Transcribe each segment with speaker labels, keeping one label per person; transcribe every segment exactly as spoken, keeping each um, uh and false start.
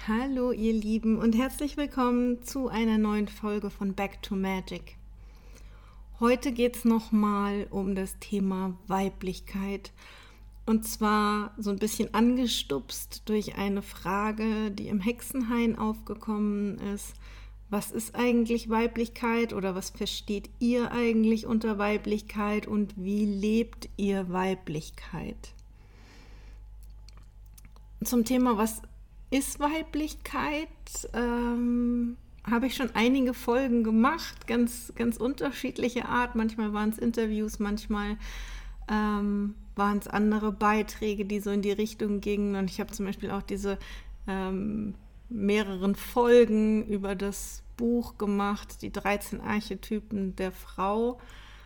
Speaker 1: Hallo ihr Lieben und herzlich willkommen zu einer neuen Folge von Back to Magic. Heute geht es nochmal um das Thema Weiblichkeit und zwar so ein bisschen angestupst durch eine Frage, die im Hexenhain aufgekommen ist. Was ist eigentlich Weiblichkeit oder was versteht ihr eigentlich unter Weiblichkeit und wie lebt ihr Weiblichkeit? Zum Thema, was ist Weiblichkeit, ähm, habe ich schon einige Folgen gemacht, ganz, ganz unterschiedliche Art. Manchmal waren es Interviews, manchmal ähm, waren es andere Beiträge, die so in die Richtung gingen. Und ich habe zum Beispiel auch diese ähm, mehreren Folgen über das Buch gemacht, die dreizehn Archetypen der Frau.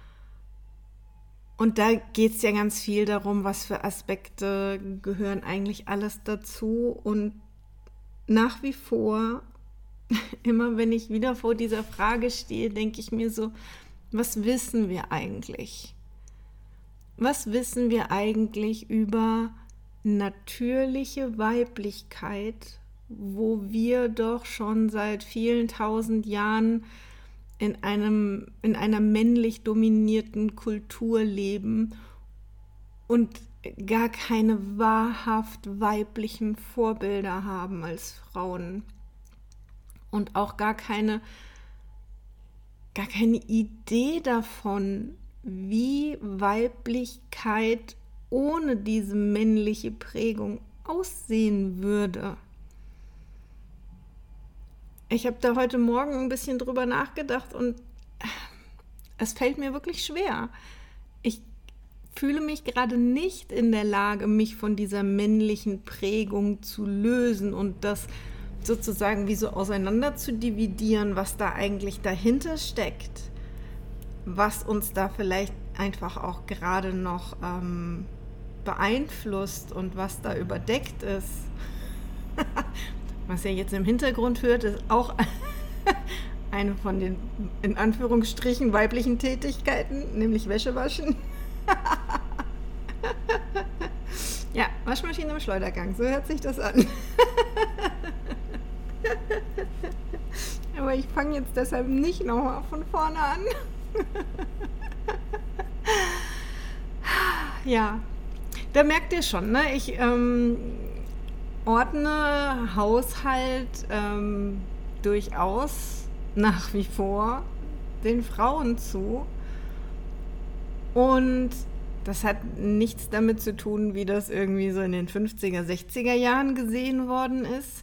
Speaker 1: Und da geht es ja ganz viel darum, was für Aspekte gehören eigentlich alles dazu. Und nach wie vor, immer wenn ich wieder vor dieser Frage stehe, denke ich mir so, was wissen wir eigentlich? Was wissen wir eigentlich über natürliche Weiblichkeit, wo wir doch schon seit vielen tausend Jahren in einem, in einer männlich dominierten Kultur leben und gar keine wahrhaft weiblichen Vorbilder haben als Frauen und auch gar keine, gar keine Idee davon, wie Weiblichkeit ohne diese männliche Prägung aussehen würde. Ich habe da heute Morgen ein bisschen drüber nachgedacht und es fällt mir wirklich schwer. Ich fühle mich gerade nicht in der Lage, mich von dieser männlichen Prägung zu lösen und das sozusagen wie so auseinander zu dividieren, was da eigentlich dahinter steckt, was uns da vielleicht einfach auch gerade noch ähm, beeinflusst und was da überdeckt ist. Was ihr jetzt im Hintergrund hört, ist auch eine von den in Anführungsstrichen weiblichen Tätigkeiten, nämlich Wäsche waschen. Ja, Waschmaschine im Schleudergang, so hört sich das an. Aber ich fange jetzt deshalb nicht nochmal von vorne an. Ja, da merkt ihr schon, ne? Ich ähm, ordne Haushalt ähm, durchaus nach wie vor den Frauen zu. Und das hat nichts damit zu tun, wie das irgendwie so in den fünfziger, sechziger Jahren gesehen worden ist.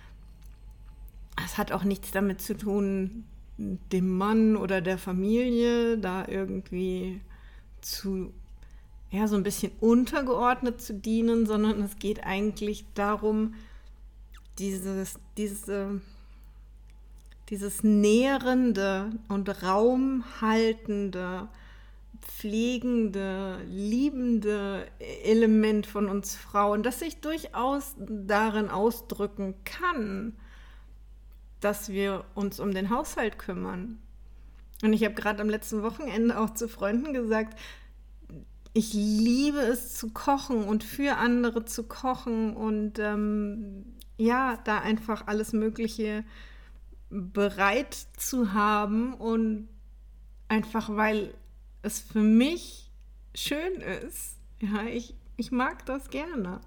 Speaker 1: Es hat auch nichts damit zu tun, dem Mann oder der Familie da irgendwie zu, ja, so ein bisschen untergeordnet zu dienen, sondern es geht eigentlich darum, dieses, diese, dieses nährende und raumhaltende, pflegende, liebende Element von uns Frauen, das sich durchaus darin ausdrücken kann, dass wir uns um den Haushalt kümmern. Und ich habe gerade am letzten Wochenende auch zu Freunden gesagt, ich liebe es zu kochen und für andere zu kochen und ähm, ja, da einfach alles Mögliche bereit zu haben und einfach, weil es für mich schön ist. Ja, ich, ich mag das gerne.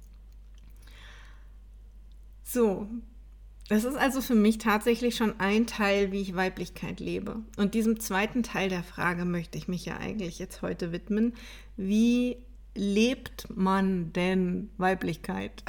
Speaker 1: So, das ist also für mich tatsächlich schon ein Teil, wie ich Weiblichkeit lebe. Und diesem zweiten Teil der Frage möchte ich mich ja eigentlich jetzt heute widmen. Wie lebt man denn Weiblichkeit?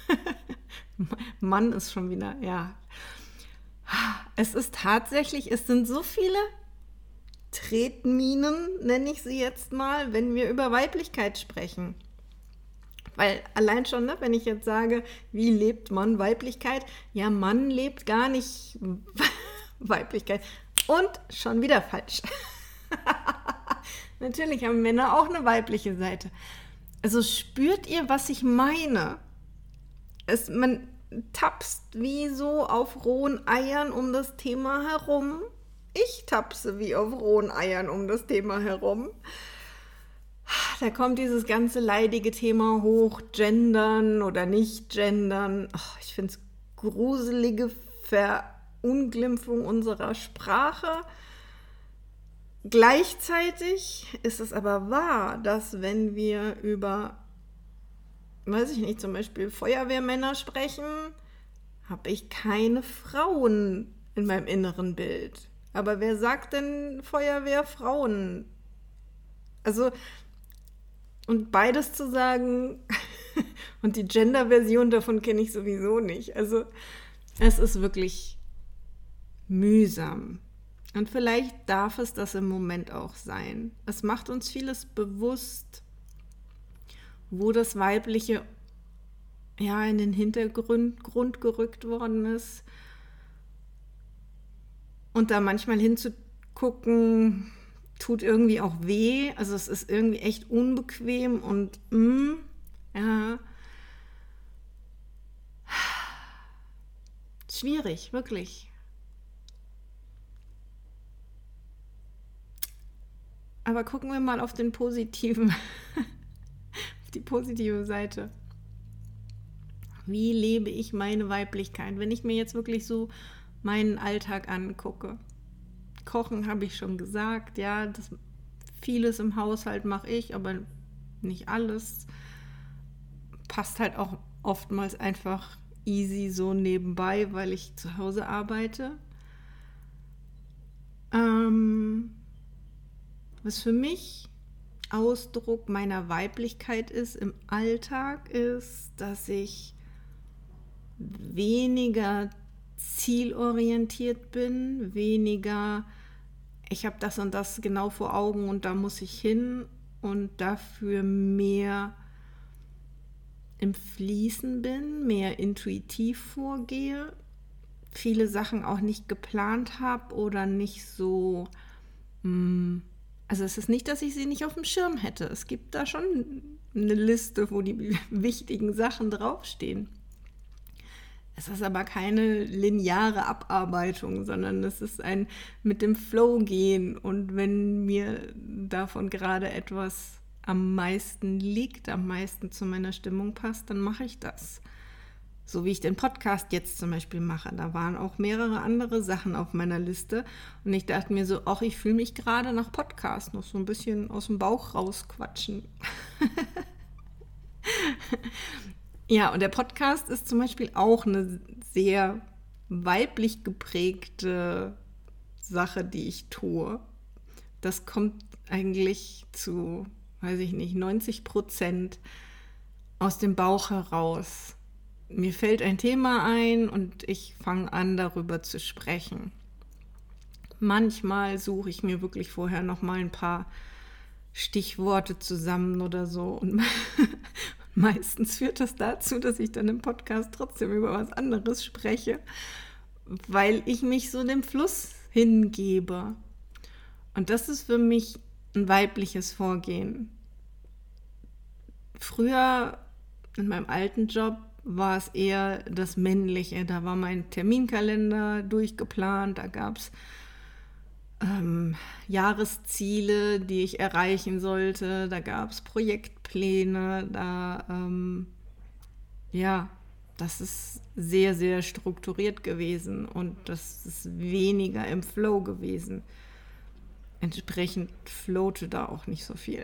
Speaker 1: Mann ist schon wieder, ja. Es ist tatsächlich, es sind so viele Tretminen, nenne ich sie jetzt mal, wenn wir über Weiblichkeit sprechen. Weil allein schon, ne, wenn ich jetzt sage, wie lebt man Weiblichkeit? Ja, Mann lebt gar nicht Weiblichkeit. Und schon wieder falsch. Natürlich haben Männer auch eine weibliche Seite. Also spürt ihr, was ich meine? Es, man tapst wie so auf rohen Eiern um das Thema herum. Ich tapse wie auf rohen Eiern um das Thema herum. Da kommt dieses ganze leidige Thema hoch, gendern oder nicht gendern. Oh, ich finde es gruselige Verunglimpfung unserer Sprache. Gleichzeitig ist es aber wahr, dass wenn wir über, weiß ich nicht, zum Beispiel Feuerwehrmänner sprechen, habe ich keine Frauen in meinem inneren Bild. Aber wer sagt denn Feuerwehrfrauen? Also, und beides zu sagen, und die Gender-Version davon kenne ich sowieso nicht. Also, es ist wirklich mühsam. Und vielleicht darf es das im Moment auch sein. Es macht uns vieles bewusst, wo das Weibliche ja in den Hintergrund Grund gerückt worden ist. Und da manchmal hinzugucken, tut irgendwie auch weh. Also es ist irgendwie echt unbequem und mm, ja, schwierig, wirklich. Aber gucken wir mal auf den positiven, auf die positive Seite. Wie lebe ich meine Weiblichkeit? Wenn ich mir jetzt wirklich so meinen Alltag angucke. Kochen habe ich schon gesagt, ja, das, vieles im Haushalt mache ich, aber nicht alles. Passt halt auch oftmals einfach easy so nebenbei, weil ich zu Hause arbeite. Ähm, was für mich Ausdruck meiner Weiblichkeit ist im Alltag, ist, dass ich weniger zielorientiert bin, weniger, ich habe das und das genau vor Augen und da muss ich hin und dafür mehr im Fließen bin, mehr intuitiv vorgehe, viele Sachen auch nicht geplant habe oder nicht so, mh, also es ist nicht, dass ich sie nicht auf dem Schirm hätte. Es gibt da schon eine Liste, wo die wichtigen Sachen draufstehen. Es ist aber keine lineare Abarbeitung, sondern es ist ein mit dem Flow gehen. Und wenn mir davon gerade etwas am meisten liegt, am meisten zu meiner Stimmung passt, dann mache ich das. So wie ich den Podcast jetzt zum Beispiel mache. Da waren auch mehrere andere Sachen auf meiner Liste. Und ich dachte mir so, ach, ich fühle mich gerade nach Podcast, noch so ein bisschen aus dem Bauch rausquatschen. Ja, und der Podcast ist zum Beispiel auch eine sehr weiblich geprägte Sache, die ich tue. Das kommt eigentlich zu, weiß ich nicht, neunzig Prozent aus dem Bauch heraus. Mir fällt ein Thema ein und ich fange an, darüber zu sprechen. Manchmal suche ich mir wirklich vorher noch mal ein paar Stichworte zusammen oder so und meistens führt das dazu, dass ich dann im Podcast trotzdem über was anderes spreche, weil ich mich so dem Fluss hingebe. Und das ist für mich ein weibliches Vorgehen. Früher in meinem alten Job war es eher das Männliche. Da war mein Terminkalender durchgeplant, da gab es ähm, Jahresziele, die ich erreichen sollte, da gab es Projektpläne, da, ähm, ja, das ist sehr, sehr strukturiert gewesen und das ist weniger im Flow gewesen. Entsprechend flowte da auch nicht so viel.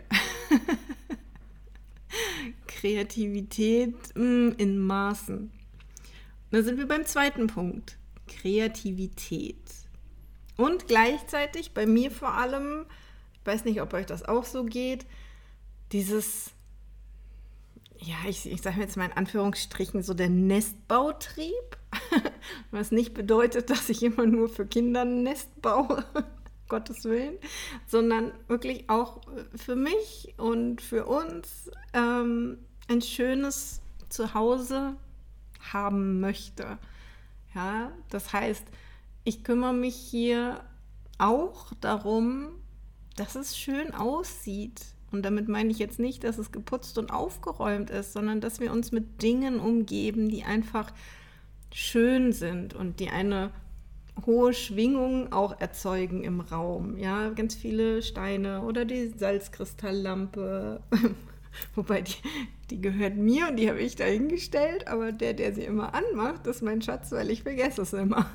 Speaker 1: Kreativität mh, in Maßen. Da sind wir beim zweiten Punkt. Kreativität. Und gleichzeitig bei mir vor allem, ich weiß nicht, ob euch das auch so geht, dieses, ja, ich, ich sage jetzt mal in Anführungsstrichen, so der Nestbautrieb, was nicht bedeutet, dass ich immer nur für Kinder ein Nest baue, Gottes Willen, sondern wirklich auch für mich und für uns ähm, ein schönes Zuhause haben möchte. Ja, das heißt, ich kümmere mich hier auch darum, dass es schön aussieht. Und damit meine ich jetzt nicht, dass es geputzt und aufgeräumt ist, sondern dass wir uns mit Dingen umgeben, die einfach schön sind und die eine hohe Schwingung auch erzeugen im Raum. Ja, ganz viele Steine oder die Salzkristalllampe Wobei, die, die gehört mir und die habe ich dahingestellt, aber der, der sie immer anmacht, ist mein Schatz, weil ich vergesse es immer.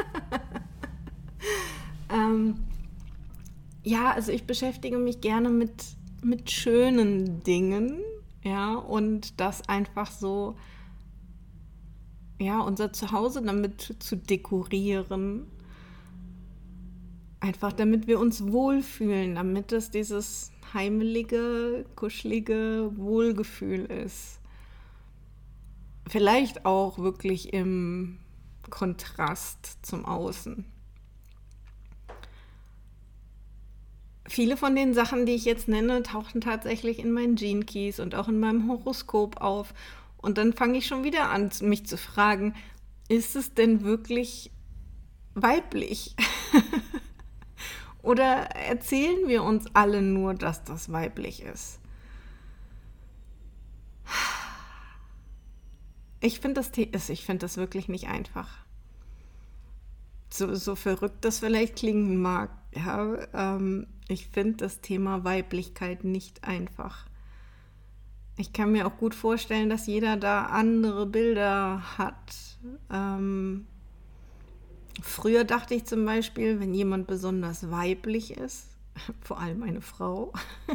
Speaker 1: ähm, ja, also ich beschäftige mich gerne mit, mit schönen Dingen, ja, und das einfach so, ja, unser Zuhause damit zu dekorieren. Einfach damit wir uns wohlfühlen, damit es dieses heimelige, kuschelige Wohlgefühl ist. Vielleicht auch wirklich im Kontrast zum Außen. Viele von den Sachen, die ich jetzt nenne, tauchten tatsächlich in meinen Gene Keys und auch in meinem Horoskop auf. Und dann fange ich schon wieder an, mich zu fragen, ist es denn wirklich weiblich? Oder erzählen wir uns alle nur, dass das weiblich ist? Ich finde das, ich find das wirklich nicht einfach. So, so verrückt das vielleicht klingen mag. Ja, ähm, ich finde das Thema Weiblichkeit nicht einfach. Ich kann mir auch gut vorstellen, dass jeder da andere Bilder hat. Ähm, Früher dachte ich zum Beispiel, wenn jemand besonders weiblich ist, vor allem eine Frau,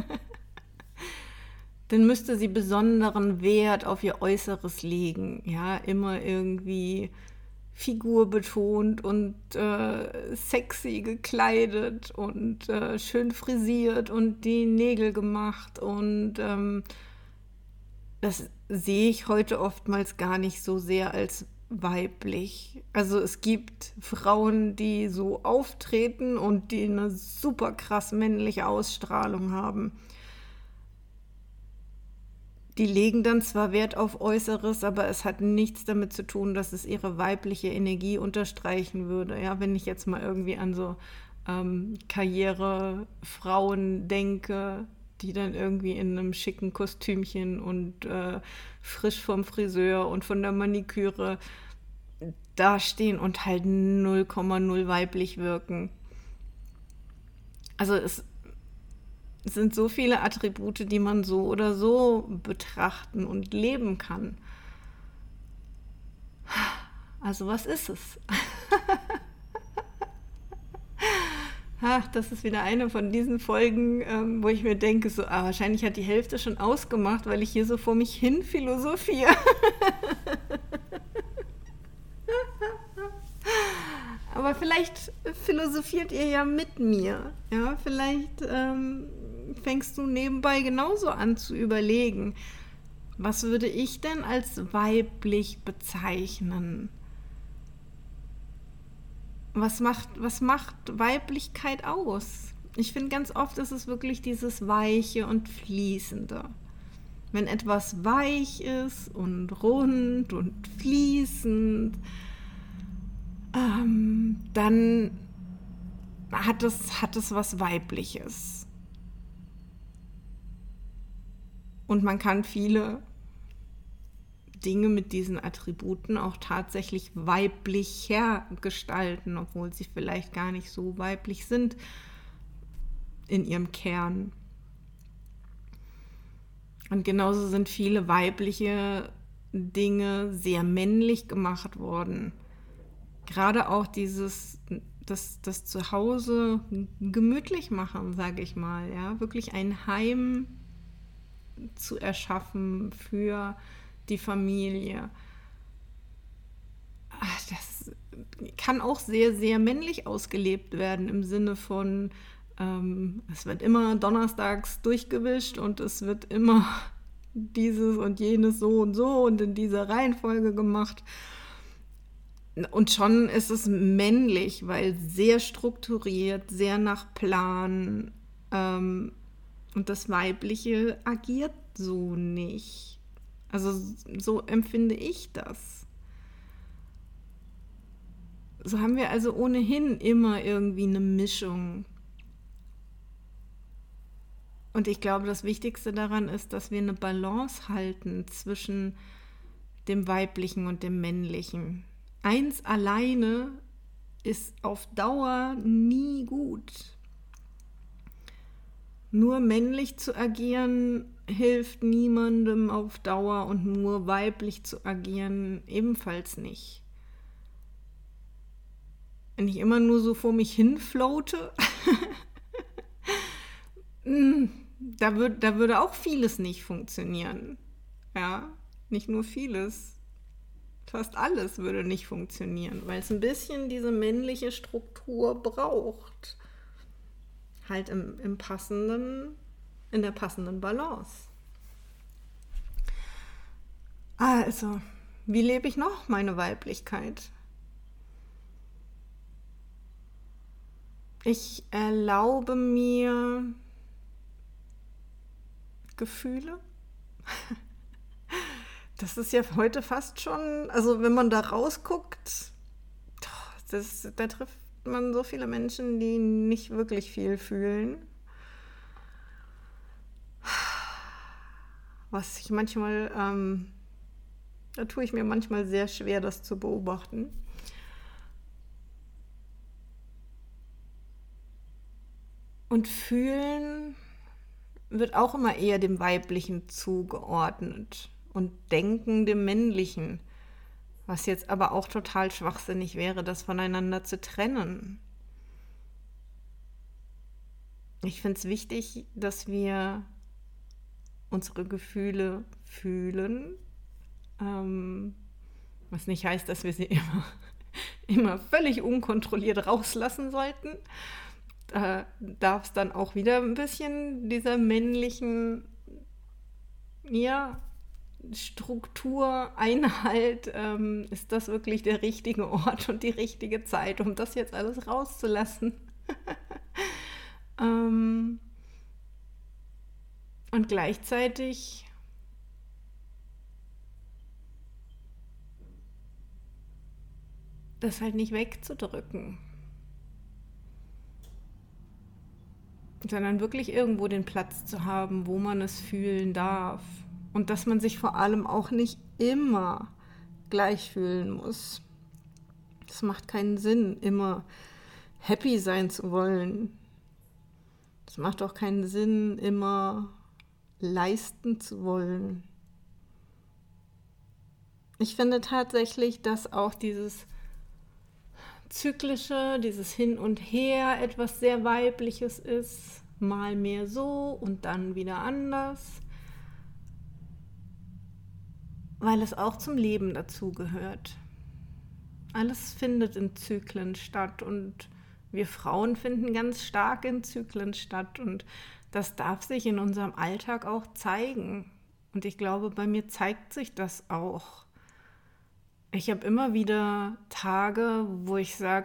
Speaker 1: dann müsste sie besonderen Wert auf ihr Äußeres legen. Ja, immer irgendwie figurbetont und äh, sexy gekleidet und äh, schön frisiert und die Nägel gemacht. Und ähm, das sehe ich heute oftmals gar nicht so sehr als weiblich. Also es gibt Frauen, die so auftreten und die eine super krass männliche Ausstrahlung haben. Die legen dann zwar Wert auf Äußeres, aber es hat nichts damit zu tun, dass es ihre weibliche Energie unterstreichen würde. Ja, wenn ich jetzt mal irgendwie an so ähm, Karrierefrauen denke, die dann irgendwie in einem schicken Kostümchen und äh, frisch vom Friseur und von der Maniküre dastehen und halt null Komma null weiblich wirken. Also es sind so viele Attribute, die man so oder so betrachten und leben kann. Also was ist es? Ach, das ist wieder eine von diesen Folgen, ähm, wo ich mir denke, so, ah, wahrscheinlich hat die Hälfte schon ausgemacht, weil ich hier so vor mich hin philosophiere. Aber vielleicht philosophiert ihr ja mit mir. Ja, vielleicht ähm, fängst du nebenbei genauso an zu überlegen, was würde ich denn als weiblich bezeichnen? Was macht, was macht Weiblichkeit aus? Ich finde, ganz oft ist es wirklich dieses Weiche und Fließende. Wenn etwas weich ist und rund und fließend, ähm, dann hat es, hat es was Weibliches. Und man kann viele Dinge mit diesen Attributen auch tatsächlich weiblicher gestalten, obwohl sie vielleicht gar nicht so weiblich sind in ihrem Kern. Und genauso sind viele weibliche Dinge sehr männlich gemacht worden. Gerade auch dieses, das, das Zuhause gemütlich machen, sage ich mal, ja, wirklich ein Heim zu erschaffen für die Familie. Das kann auch sehr, sehr männlich ausgelebt werden im Sinne von, ähm, es wird immer donnerstags durchgewischt und es wird immer dieses und jenes so und so und in dieser Reihenfolge gemacht. Und schon ist es männlich, weil sehr strukturiert, sehr nach Plan, ähm, und das Weibliche agiert so nicht. Also so empfinde ich das. So haben wir also ohnehin immer irgendwie eine Mischung. Und ich glaube, das Wichtigste daran ist, dass wir eine Balance halten zwischen dem Weiblichen und dem Männlichen. Eins alleine ist auf Dauer nie gut. Nur männlich zu agieren hilft niemandem auf Dauer und nur weiblich zu agieren ebenfalls nicht. Wenn ich immer nur so vor mich hin floate, da, würd, da würde auch vieles nicht funktionieren. Ja, nicht nur vieles. Fast alles würde nicht funktionieren, weil es ein bisschen diese männliche Struktur braucht. Halt im, im passenden, in der passenden Balance. Also, wie lebe ich noch meine Weiblichkeit? Ich erlaube mir Gefühle. Das ist ja heute fast schon, also wenn man da rausguckt, das, da trifft man so viele Menschen, die nicht wirklich viel fühlen. Was ich manchmal, ähm, da tue ich mir manchmal sehr schwer, das zu beobachten. Und fühlen wird auch immer eher dem Weiblichen zugeordnet und Denken dem Männlichen, was jetzt aber auch total schwachsinnig wäre, das voneinander zu trennen. Ich finde es wichtig, dass wir unsere Gefühle fühlen, ähm, was nicht heißt, dass wir sie immer, immer völlig unkontrolliert rauslassen sollten. Da darf es dann auch wieder ein bisschen dieser männlichen, ja, Struktur, Einhalt, ähm, ist das wirklich der richtige Ort und die richtige Zeit, um das jetzt alles rauszulassen. ähm, und gleichzeitig das halt nicht wegzudrücken, sondern wirklich irgendwo den Platz zu haben, wo man es fühlen darf. Und dass man sich vor allem auch nicht immer gleich fühlen muss. Es macht keinen Sinn, immer happy sein zu wollen. Es macht auch keinen Sinn, immer leisten zu wollen. Ich finde tatsächlich, dass auch dieses Zyklische, dieses Hin und Her etwas sehr Weibliches ist. Mal mehr so und dann wieder anders. Weil es auch zum Leben dazugehört. Alles findet in Zyklen statt und wir Frauen finden ganz stark in Zyklen statt und das darf sich in unserem Alltag auch zeigen. Und ich glaube, bei mir zeigt sich das auch. Ich habe immer wieder Tage, wo ich sage,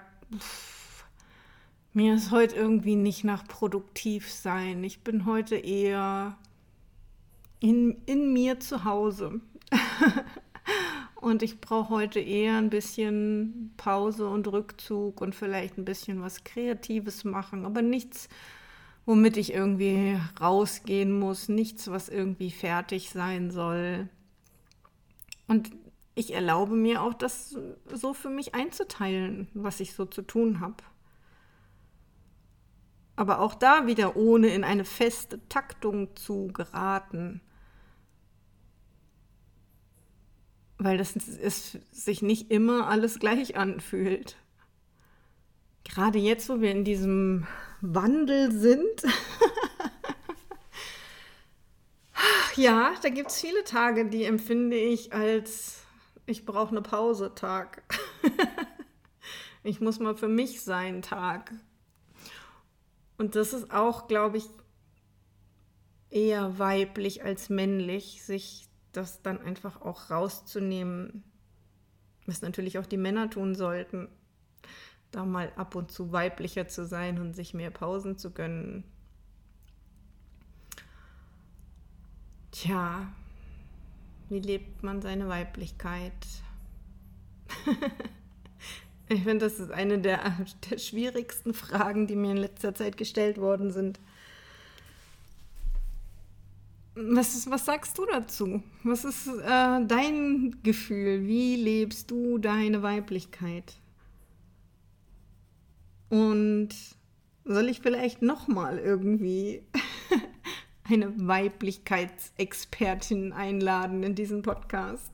Speaker 1: mir ist heute irgendwie nicht nach produktiv sein. Ich bin heute eher in, in mir zu Hause. Und ich brauche heute eher ein bisschen Pause und Rückzug und vielleicht ein bisschen was Kreatives machen, aber nichts, womit ich irgendwie rausgehen muss, nichts, was irgendwie fertig sein soll. Und ich erlaube mir auch, das so für mich einzuteilen, was ich so zu tun habe. Aber auch da wieder ohne in eine feste Taktung zu geraten. Weil das ist, sich nicht immer alles gleich anfühlt. Gerade jetzt, wo wir in diesem Wandel sind, ja, da gibt es viele Tage, die empfinde ich als ich brauche eine Pause Tag. Ich muss mal für mich sein Tag. Und das ist auch, glaube ich, eher weiblich als männlich, sich das dann einfach auch rauszunehmen, was natürlich auch die Männer tun sollten, da mal ab und zu weiblicher zu sein und sich mehr Pausen zu gönnen. Tja, wie lebt man seine Weiblichkeit? Ich finde, das ist eine der, der schwierigsten Fragen, die mir in letzter Zeit gestellt worden sind. Was, ist, was sagst du dazu? Was ist äh, dein Gefühl? Wie lebst du deine Weiblichkeit? Und soll ich vielleicht nochmal irgendwie eine Weiblichkeitsexpertin einladen in diesen Podcast.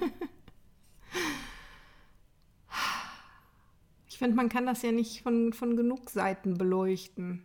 Speaker 1: Ich finde, man kann das ja nicht von, von genug Seiten beleuchten.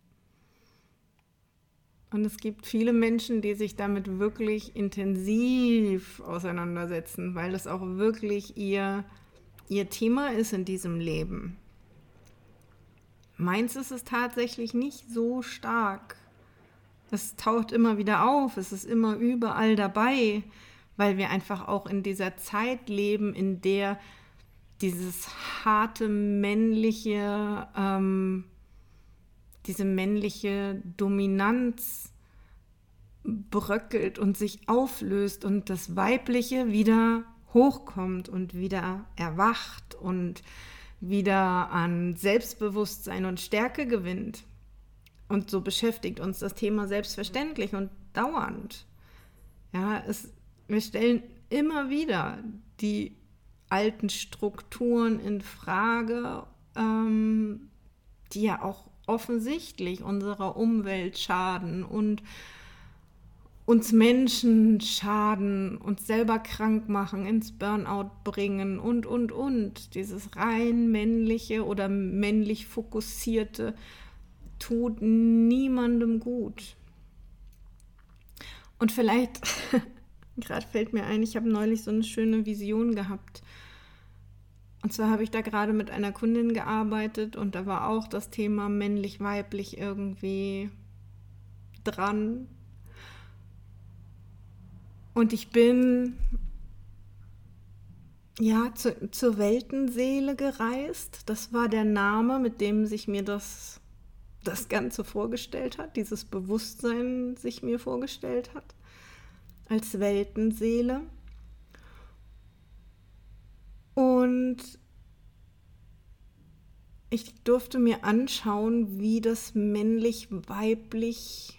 Speaker 1: Und es gibt viele Menschen, die sich damit wirklich intensiv auseinandersetzen, weil das auch wirklich ihr, ihr Thema ist in diesem Leben. Meins ist es tatsächlich nicht so stark. Es taucht immer wieder auf, es ist immer überall dabei, weil wir einfach auch in dieser Zeit leben, in der dieses harte männliche, ähm, diese männliche Dominanz bröckelt und sich auflöst und das Weibliche wieder hochkommt und wieder erwacht und wieder an Selbstbewusstsein und Stärke gewinnt. Und so beschäftigt uns das Thema selbstverständlich und dauernd. Ja, es, wir stellen immer wieder die alten Strukturen in Frage, ähm, die ja auch offensichtlich unserer Umwelt schaden und uns Menschen schaden, uns selber krank machen, ins Burnout bringen und, und, und. Dieses rein männliche oder männlich fokussierte tut niemandem gut. Und vielleicht, gerade fällt mir ein, ich habe neulich so eine schöne Vision gehabt. Und zwar habe ich da gerade mit einer Kundin gearbeitet und da war auch das Thema männlich-weiblich irgendwie dran. Und ich bin ja zu, zur Weltenseele gereist. Das war der Name, mit dem sich mir das das Ganze vorgestellt hat, dieses Bewusstsein sich mir vorgestellt hat, als Weltenseele. Und ich durfte mir anschauen, wie das männlich-weiblich,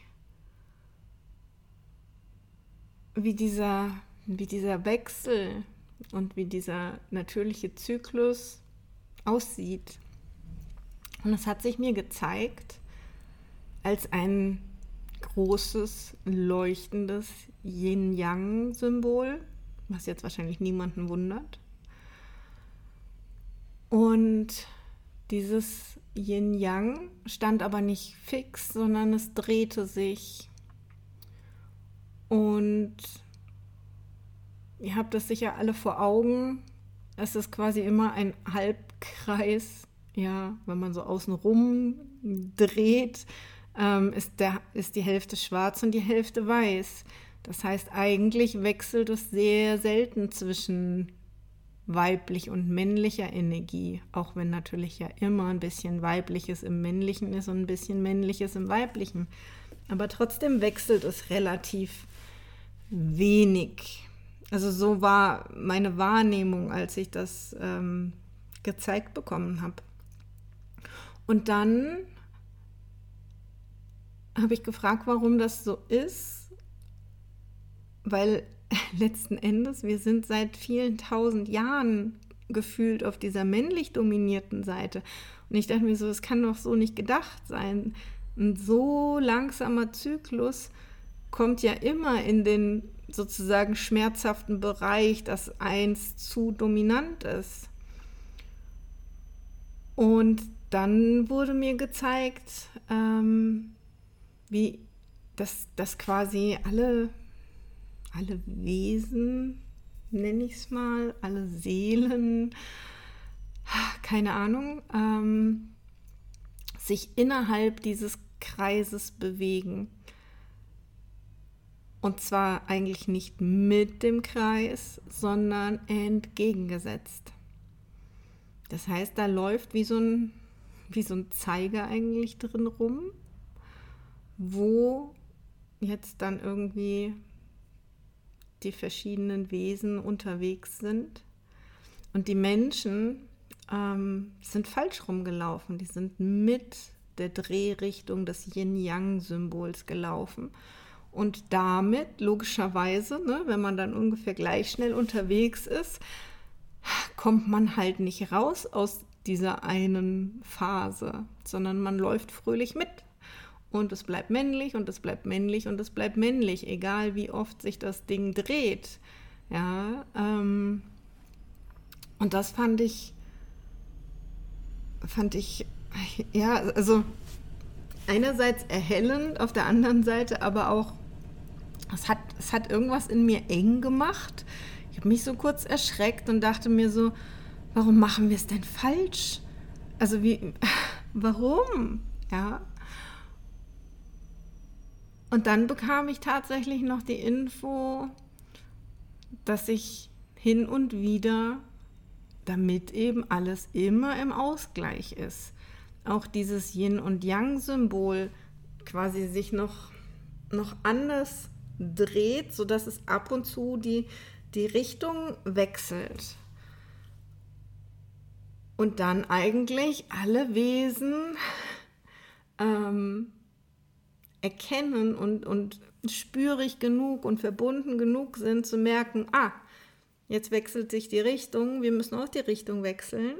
Speaker 1: wie dieser, wie dieser Wechsel und wie dieser natürliche Zyklus aussieht. Und es hat sich mir gezeigt als ein großes, leuchtendes Yin-Yang-Symbol, was jetzt wahrscheinlich niemanden wundert. Und dieses Yin-Yang stand aber nicht fix, sondern es drehte sich. Und ihr habt das sicher alle vor Augen. Es ist quasi immer ein Halbkreis. Ja, wenn man so außen rum dreht, ähm, ist, der, ist die Hälfte schwarz und die Hälfte weiß. Das heißt, eigentlich wechselt es sehr selten zwischen weiblich und männlicher Energie, auch wenn natürlich ja immer ein bisschen Weibliches im Männlichen ist und ein bisschen Männliches im Weiblichen. Aber trotzdem wechselt es relativ wenig. Also so war meine Wahrnehmung, als ich das ähm, gezeigt bekommen habe. Und dann habe ich gefragt, warum das so ist, weil letzten Endes, wir sind seit vielen tausend Jahren gefühlt auf dieser männlich dominierten Seite. Und ich dachte mir so, das kann doch so nicht gedacht sein. Ein so langsamer Zyklus kommt ja immer in den sozusagen schmerzhaften Bereich, dass eins zu dominant ist. Und dann wurde mir gezeigt, ähm, wie das, das quasi alle, alle Wesen, nenne ich es mal, alle Seelen, keine Ahnung, ähm, sich innerhalb dieses Kreises bewegen. Und zwar eigentlich nicht mit dem Kreis, sondern entgegengesetzt. Das heißt, da läuft wie so ein, wie so ein Zeiger eigentlich drin rum, wo jetzt dann irgendwie die verschiedenen Wesen unterwegs sind. Und die Menschen ähm, sind falsch rumgelaufen. Die sind mit der Drehrichtung des Yin-Yang-Symbols gelaufen. Und damit, logischerweise, ne, wenn man dann ungefähr gleich schnell unterwegs ist, kommt man halt nicht raus aus dieser einen Phase, sondern man läuft fröhlich mit. und es bleibt männlich und es bleibt männlich und es bleibt männlich, egal wie oft sich das Ding dreht. Ja, ähm, und das fand ich, fand ich, ja, also einerseits erhellend, auf der anderen Seite aber auch, es hat, es hat irgendwas in mir eng gemacht. Ich habe mich so kurz erschreckt und dachte mir so, warum machen wir es denn falsch? Also wie, warum? Ja. Und dann bekam ich tatsächlich noch die Info, dass ich hin und wieder, damit eben alles immer im Ausgleich ist, auch dieses Yin- und Yang-Symbol quasi sich noch, noch anders dreht, sodass es ab und zu die, die Richtung wechselt. Und dann eigentlich alle Wesen ähm, erkennen und, und spürig genug und verbunden genug sind, zu merken, ah, jetzt wechselt sich die Richtung, wir müssen auch die Richtung wechseln.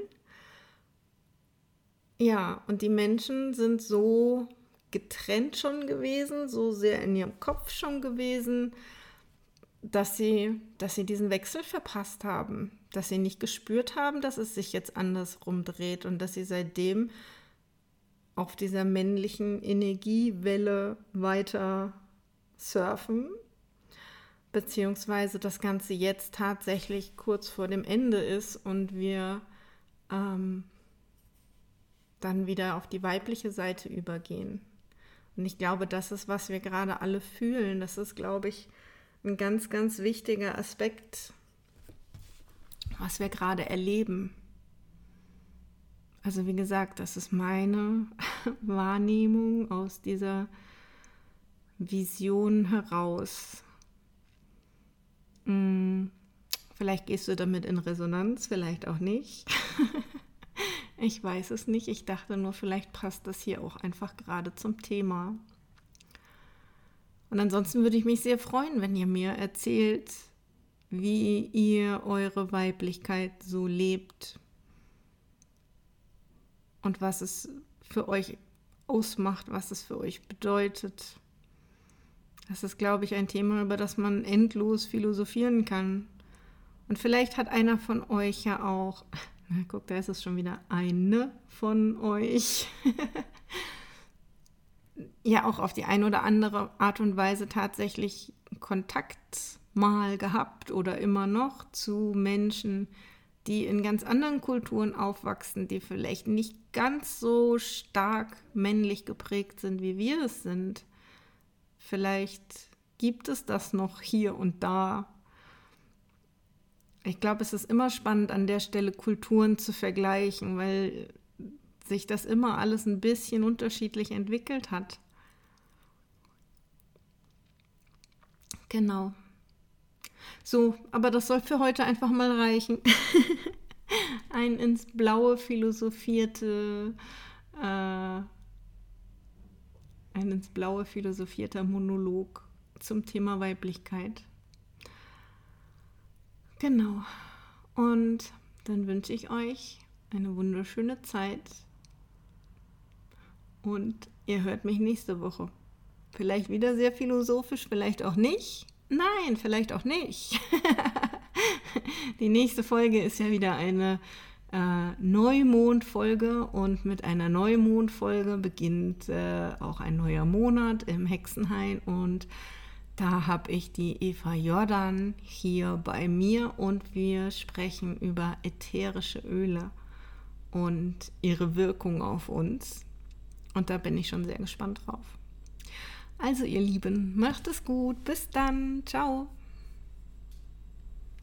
Speaker 1: Ja, und die Menschen sind so getrennt schon gewesen, so sehr in ihrem Kopf schon gewesen, dass sie, dass sie diesen Wechsel verpasst haben, dass sie nicht gespürt haben, dass es sich jetzt andersrum dreht und dass sie seitdem auf dieser männlichen Energiewelle weiter surfen, beziehungsweise das Ganze jetzt tatsächlich kurz vor dem Ende ist und wir ähm, dann wieder auf die weibliche Seite übergehen. Und ich glaube, das ist, was wir gerade alle fühlen. Das ist, glaube ich, ein ganz, ganz wichtiger Aspekt, was wir gerade erleben. Also wie gesagt, das ist meine Wahrnehmung aus dieser Vision heraus. Hm, vielleicht gehst du damit in Resonanz, vielleicht auch nicht. Ich weiß es nicht. Ich dachte nur, vielleicht passt das hier auch einfach gerade zum Thema. Und ansonsten würde ich mich sehr freuen, wenn ihr mir erzählt, wie ihr eure Weiblichkeit so lebt und was es für euch ausmacht, was es für euch bedeutet. Das ist, glaube ich, ein Thema, über das man endlos philosophieren kann. Und vielleicht hat einer von euch ja auch, na, guck, da ist es schon wieder, eine von euch, ja auch auf die eine oder andere Art und Weise tatsächlich Kontakt mal gehabt oder immer noch zu Menschen, die in ganz anderen Kulturen aufwachsen, die vielleicht nicht ganz so stark männlich geprägt sind, wie wir es sind. Vielleicht gibt es das noch hier und da. Ich glaube, es ist immer spannend, an der Stelle Kulturen zu vergleichen, weil sich das immer alles ein bisschen unterschiedlich entwickelt hat. Genau. So, aber das soll für heute einfach mal reichen. Ein ins Blaue philosophierte, äh, ein ins Blaue philosophierter Monolog zum Thema Weiblichkeit. Genau. Und dann wünsche ich euch eine wunderschöne Zeit. Und ihr hört mich nächste Woche. Vielleicht wieder sehr philosophisch, vielleicht auch nicht. Nein, vielleicht auch nicht. Die nächste Folge ist ja wieder eine äh, Neumondfolge und mit einer Neumondfolge beginnt äh, auch ein neuer Monat im Hexenhain und da habe ich die Eva Jordan hier bei mir und wir sprechen über ätherische Öle und ihre Wirkung auf uns. Und da bin ich schon sehr gespannt drauf. Also ihr Lieben, macht es gut. Bis dann. Ciao.